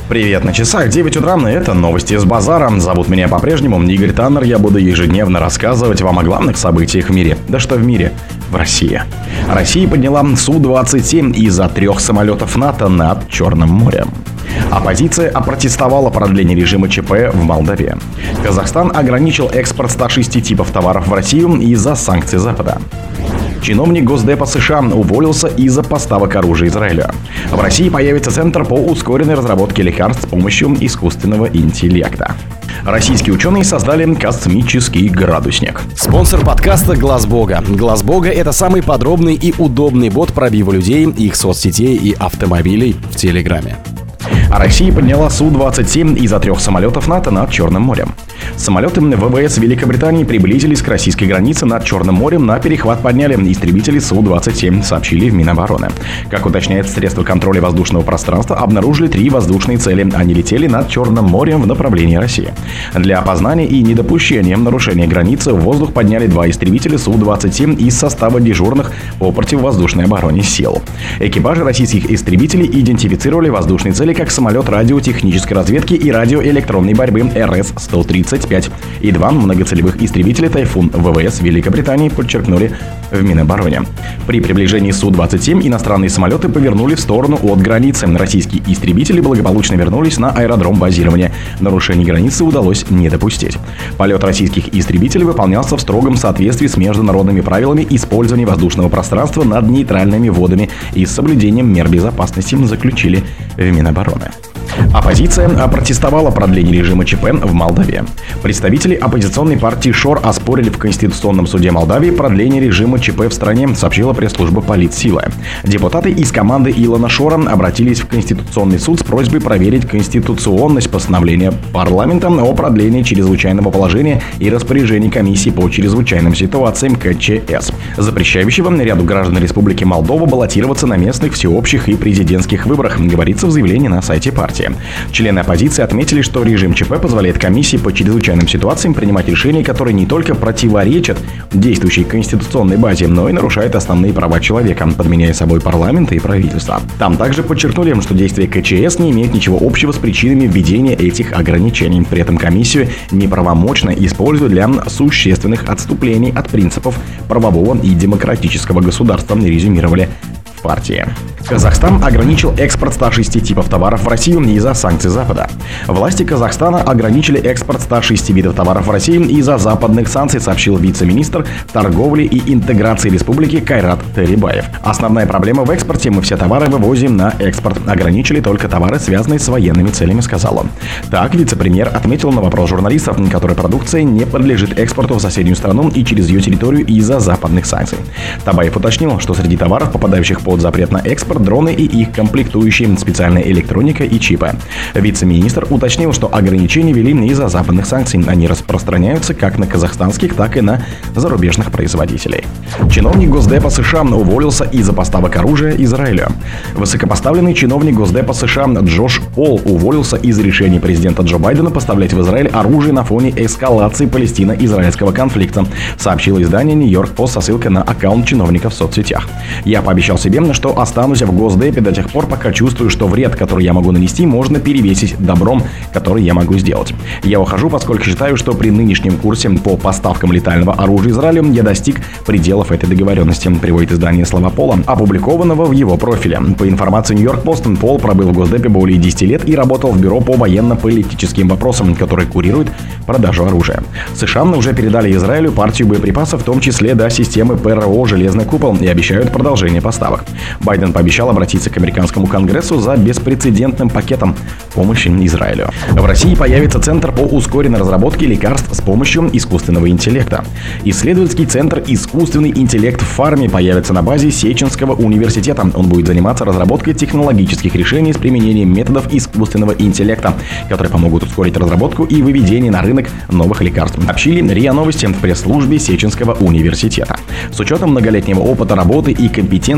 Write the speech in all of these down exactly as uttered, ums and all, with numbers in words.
Привет, на часах девять утра, и это новости с базара. Зовут меня по-прежнему Игорь Таннер. Я буду ежедневно рассказывать вам о главных событиях в мире. Да что в мире? В России. Россия подняла Су двадцать семь из-за трех самолетов НАТО над Черным морем. Оппозиция опротестовала продление режима ЧП в Молдавии. Казахстан ограничил экспорт ста шести типов товаров в Россию из-за санкций Запада. Чиновник Госдепа США уволился из-за поставок оружия Израилю. В России появится центр по ускоренной разработке лекарств с помощью искусственного интеллекта. Российские ученые создали космический градусник. Спонсор подкаста Глаз Бога. Глаз Бога — это самый подробный и удобный бот пробива людей, их соцсетей и автомобилей в Телеграме. А Россия подняла Су двадцать семь из-за трех самолетов НАТО над Черным морем. Самолеты ВВС Великобритании приблизились к российской границе над Черным морем, на перехват подняли истребители Су двадцать семь, сообщили в Минобороны. Как уточняет средства контроля воздушного пространства, обнаружили три воздушные цели. Они летели над Черным морем в направлении России. Для опознания и недопущения нарушения границы в воздух подняли два истребителя Су двадцать семь из состава дежурных по противовоздушной обороне сил. Экипажи российских истребителей идентифицировали воздушные цели как самолет радиотехнической разведки и радиоэлектронной борьбы Эр Эс сто тридцать пять и два многоцелевых истребителя «Тайфун» ВВС Великобритании, подчеркнули в Минобороне. При приближении Су двадцать семь иностранные самолеты повернули в сторону от границы. Российские истребители благополучно вернулись на аэродром базирования. Нарушений границы удалось не допустить. Полет российских истребителей выполнялся в строгом соответствии с международными правилами использования воздушного пространства над нейтральными водами и с соблюдением мер безопасности, заключили в Минобороны. Оппозиция опротестовала продление режима ЧП в Молдавии. Представители оппозиционной партии ШОР оспорили в Конституционном суде Молдавии продление режима ЧП в стране, сообщила пресс-служба Политсилы. Депутаты из команды Илона Шора обратились в Конституционный суд с просьбой проверить конституционность постановления парламента о продлении чрезвычайного положения и распоряжений комиссии по чрезвычайным ситуациям Ка Че Эс, запрещающего ряду граждан Республики Молдова баллотироваться на местных, всеобщих и президентских выборах, говорится в заявлении на сайте партии. Члены оппозиции отметили, что режим ЧП позволяет комиссии по чрезвычайным ситуациям принимать решения, которые не только противоречат действующей конституционной базе, но и нарушают основные права человека, подменяя собой парламент и правительство. Там также подчеркнули, что действия Ка Че Эс не имеют ничего общего с причинами введения этих ограничений. При этом комиссию неправомочно используют для существенных отступлений от принципов правового и демократического государства, резюмировали в партии. Казахстан ограничил экспорт ста шести типов товаров в Россию из-за санкций Запада. Власти Казахстана ограничили экспорт ста шести видов товаров в Россию из-за западных санкций, сообщил вице-министр торговли и интеграции республики Кайрат Терибаев. Основная проблема в экспорте: мы все товары вывозим на экспорт. Ограничили только товары, связанные с военными целями, сказал он. Так вице-премьер отметил на вопрос журналистов, которая продукция не подлежит экспорту в соседнюю страну и через ее территорию из-за западных санкций. Табаев уточнил, что среди товаров, попадающих под запрет на экспорт, дроны и их комплектующие, специальная электроника и чипы. Вице-министр уточнил, что ограничения ввели из-за западных санкций. Они распространяются как на казахстанских, так и на зарубежных производителей. Чиновник Госдепа США уволился из-за поставок оружия Израилю. Высокопоставленный чиновник Госдепа США Джош Пол уволился из-за решения президента Джо Байдена поставлять в Израиль оружие на фоне эскалации палестино-израильского конфликта, сообщило издание Нью-Йорк Пост со ссылкой на аккаунт чиновника в соцсетях. «Я пообещал себе, что останусь в Госдепе до тех пор, пока чувствую, что вред, который я могу нанести, можно перевесить добром, который я могу сделать. Я ухожу, поскольку считаю, что при нынешнем курсе по поставкам летального оружия Израилю я достиг пределов этой договоренности», приводит издание слова Пола, опубликованного в его профиле. По информации Нью-Йорк Пост, Пол пробыл в Госдепе более десяти лет и работал в бюро по военно-политическим вопросам, которое курирует продажу оружия. США уже передали Израилю партию боеприпасов, в том числе до системы ПРО «Железный купол», и обещают продолжение поставок. Байден пообещал обратиться к американскому конгрессу за беспрецедентным пакетом помощи Израилю. В России появится центр по ускоренной разработке лекарств с помощью искусственного интеллекта. Исследовательский центр «Искусственный интеллект в фарме» появится на базе Сеченского университета. Он будет заниматься разработкой технологических решений с применением методов искусственного интеллекта, которые помогут ускорить разработку и выведение на рынок новых лекарств, сообщили РИА Новости в пресс-службе Сеченского университета. С учетом многолетнего опыта работы и компетенций университета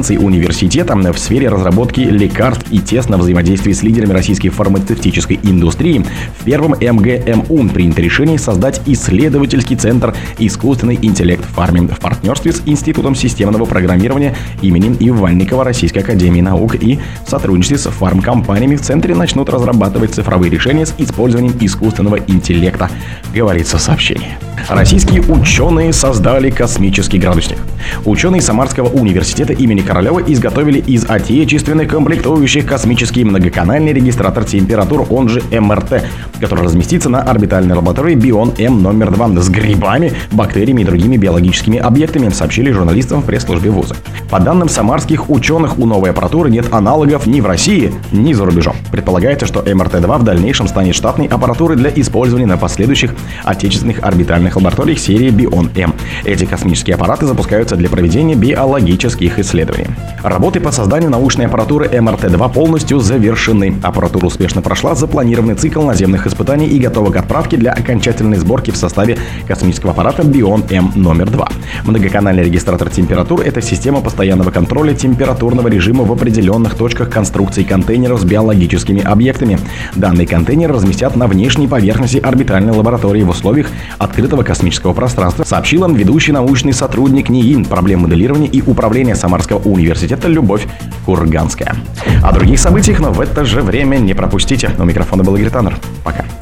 университета в сфере разработки лекарств и тесно взаимодействии с лидерами российской фармацевтической индустрии в первом эм гэ эм у принято решение создать исследовательский центр «Искусственный интеллект в фарме» в партнерстве с Институтом системного программирования имени Иванникова Российской академии наук и в сотрудничестве с фармкомпаниями в центре начнут разрабатывать цифровые решения с использованием искусственного интеллекта, говорится в сообщении. Российские ученые создали космический градусник. Ученые Самарского университета имени Королева изготовили из отечественных комплектующих космический многоканальный регистратор температур, он же эм эр тэ, который разместится на орбитальной лаборатории Бион-М номер два с грибами, бактериями и другими биологическими объектами, сообщили журналистам в пресс-службе вуза. По данным самарских ученых, у новой аппаратуры нет аналогов ни в России, ни за рубежом. Предполагается, что эм эр тэ два в дальнейшем станет штатной аппаратурой для использования на последующих отечественных орбитальных лабораториях серии Бион-М. Эти космические аппараты запускаются для проведения биологических исследований. Работы по созданию научной аппаратуры эм эр тэ два полностью завершены. Аппаратура успешно прошла запланированный цикл наземных испытаний и готова к отправке для окончательной сборки в составе космического аппарата Бион-М номер два. Многоканальный регистратор температур – это система постоянного контроля температурного режима в определенных точках конструкции контейнеров с биологическими объектами. Данные контейнеры разместят на внешней поверхности орбитальной лаборатории в условиях открытого космического пространства, сообщила ведущий научный сотрудник НИИ проблем моделирования и управления Самарского университета Любовь Курганская. О других событиях, но в это же время не пропустите. У микрофона был Игорь Таннер. Пока.